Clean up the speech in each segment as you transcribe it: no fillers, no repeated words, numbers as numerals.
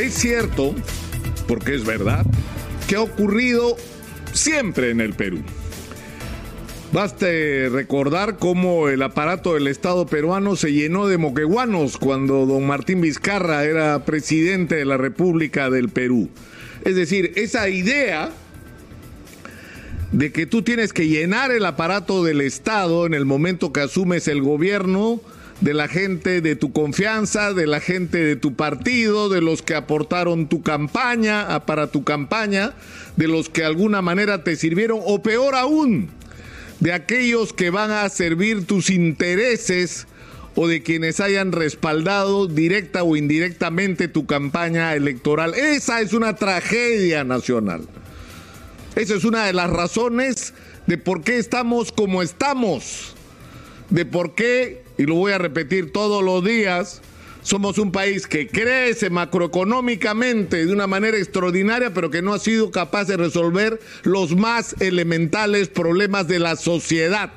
Es cierto, porque es verdad, que ha ocurrido siempre en el Perú. Baste recordar cómo el aparato del Estado peruano se llenó de moqueguanos cuando don Martín Vizcarra era presidente de la República del Perú. Es decir, esa idea de que tú tienes que llenar el aparato del Estado en el momento que asumes el gobierno de la gente de tu confianza, de la gente de tu partido, de los que aportaron tu campaña, para tu campaña, de los que de alguna manera te sirvieron, o peor aún, de aquellos que van a servir tus intereses o de quienes hayan respaldado directa o indirectamente tu campaña electoral. Esa es una tragedia nacional. Esa es una de las razones de por qué estamos como estamos, de por qué, y lo voy a repetir todos los días, somos un país que crece macroeconómicamente de una manera extraordinaria, pero que no ha sido capaz de resolver los más elementales problemas de la sociedad.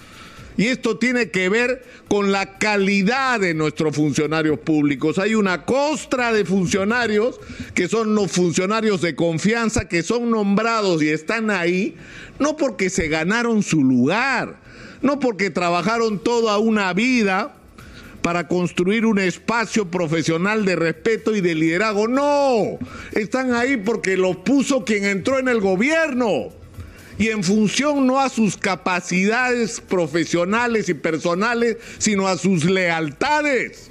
Y esto tiene que ver con la calidad de nuestros funcionarios públicos. Hay una costra de funcionarios que son los funcionarios de confianza, que son nombrados y están ahí, no porque se ganaron su lugar, no porque trabajaron toda una vida para construir un espacio profesional de respeto y de liderazgo. No, están ahí porque los puso quien entró en el gobierno y en función no a sus capacidades profesionales y personales, sino a sus lealtades.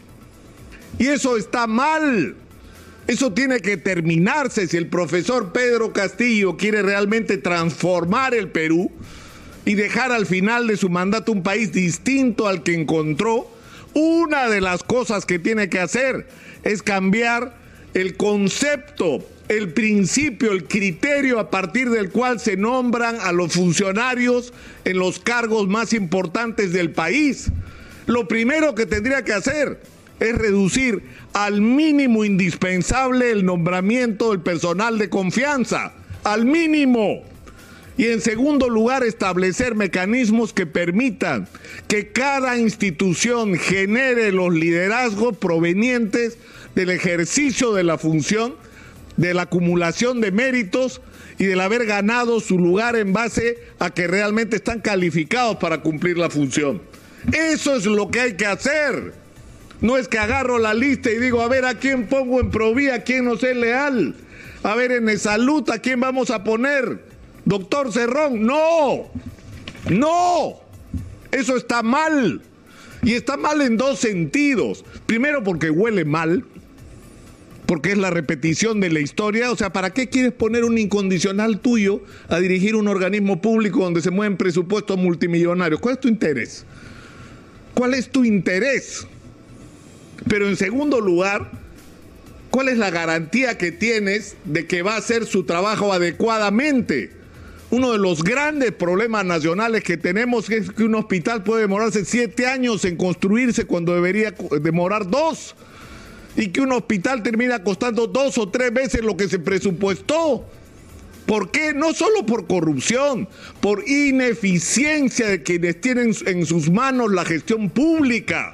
Y eso está mal. Eso tiene que terminarse si el profesor Pedro Castillo quiere realmente transformar el Perú y dejar al final de su mandato un país distinto al que encontró. Una de las cosas que tiene que hacer es cambiar el concepto, el principio, el criterio a partir del cual se nombran a los funcionarios en los cargos más importantes del país. Lo primero que tendría que hacer es reducir al mínimo indispensable el nombramiento del personal de confianza, al mínimo. Y en segundo lugar, establecer mecanismos que permitan que cada institución genere los liderazgos provenientes del ejercicio de la función, de la acumulación de méritos y del haber ganado su lugar en base a que realmente están calificados para cumplir la función. Eso es lo que hay que hacer. No es que agarro la lista y digo, a ver, ¿a quién pongo en Provía? ¿A quién nos es leal? A ver, en Salud, ¿a quién vamos a poner? Doctor Cerrón, no, eso está mal, y está mal en dos sentidos. Primero, porque huele mal, porque es la repetición de la historia. O sea, ¿para qué quieres poner un incondicional tuyo a dirigir un organismo público donde se mueven presupuestos multimillonarios? ¿Cuál es tu interés? ¿Cuál es tu interés? Pero en segundo lugar, ¿cuál es la garantía que tienes de que va a hacer su trabajo adecuadamente? Uno de los grandes problemas nacionales que tenemos es que un hospital puede demorarse 7 años en construirse cuando debería demorar 2. Y que un hospital termina costando 2 o 3 veces lo que se presupuestó. ¿Por qué? No solo por corrupción, por ineficiencia de quienes tienen en sus manos la gestión pública.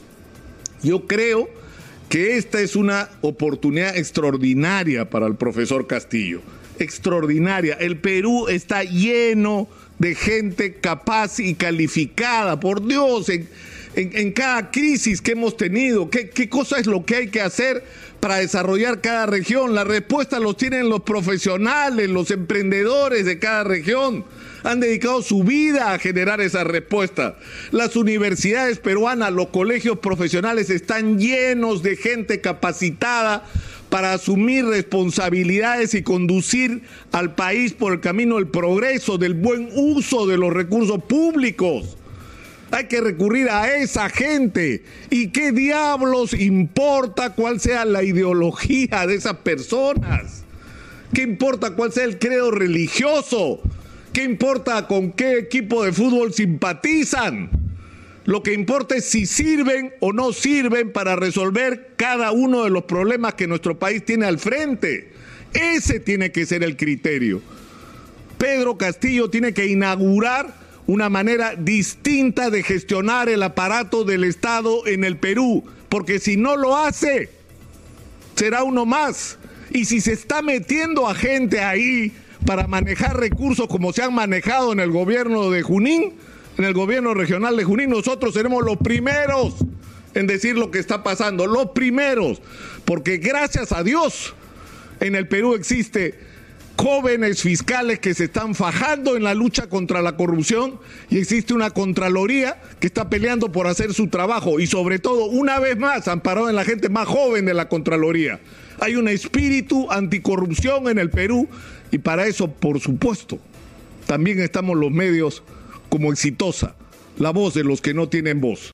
Yo creo que esta es una oportunidad extraordinaria para el profesor Castillo. Extraordinaria. El Perú está lleno de gente capaz y calificada, por Dios, en cada crisis que hemos tenido. ¿Qué cosa es lo que hay que hacer para desarrollar cada región? La respuesta los tienen los profesionales, los emprendedores de cada región. Han dedicado su vida a generar esa respuesta. Las universidades peruanas, los colegios profesionales están llenos de gente capacitada para asumir responsabilidades y conducir al país por el camino del progreso, del buen uso de los recursos públicos. Hay que recurrir a esa gente. ¿Y qué diablos importa cuál sea la ideología de esas personas? ¿Qué importa cuál sea el credo religioso? ¿Qué importa con qué equipo de fútbol simpatizan? Lo que importa es si sirven o no sirven para resolver cada uno de los problemas que nuestro país tiene al frente. Ese tiene que ser el criterio. Pedro Castillo tiene que inaugurar una manera distinta de gestionar el aparato del Estado en el Perú, porque si no lo hace, será uno más. Y si se está metiendo a gente ahí para manejar recursos como se han manejado en el gobierno de Junín, en el gobierno regional de Junín, nosotros seremos los primeros en decir lo que está pasando, los primeros, porque gracias a Dios en el Perú existe jóvenes fiscales que se están fajando en la lucha contra la corrupción y existe una Contraloría que está peleando por hacer su trabajo y sobre todo, una vez más, amparado en la gente más joven de la Contraloría. Hay un espíritu anticorrupción en el Perú y para eso, por supuesto, también estamos los medios como Exitosa, la voz de los que no tienen voz.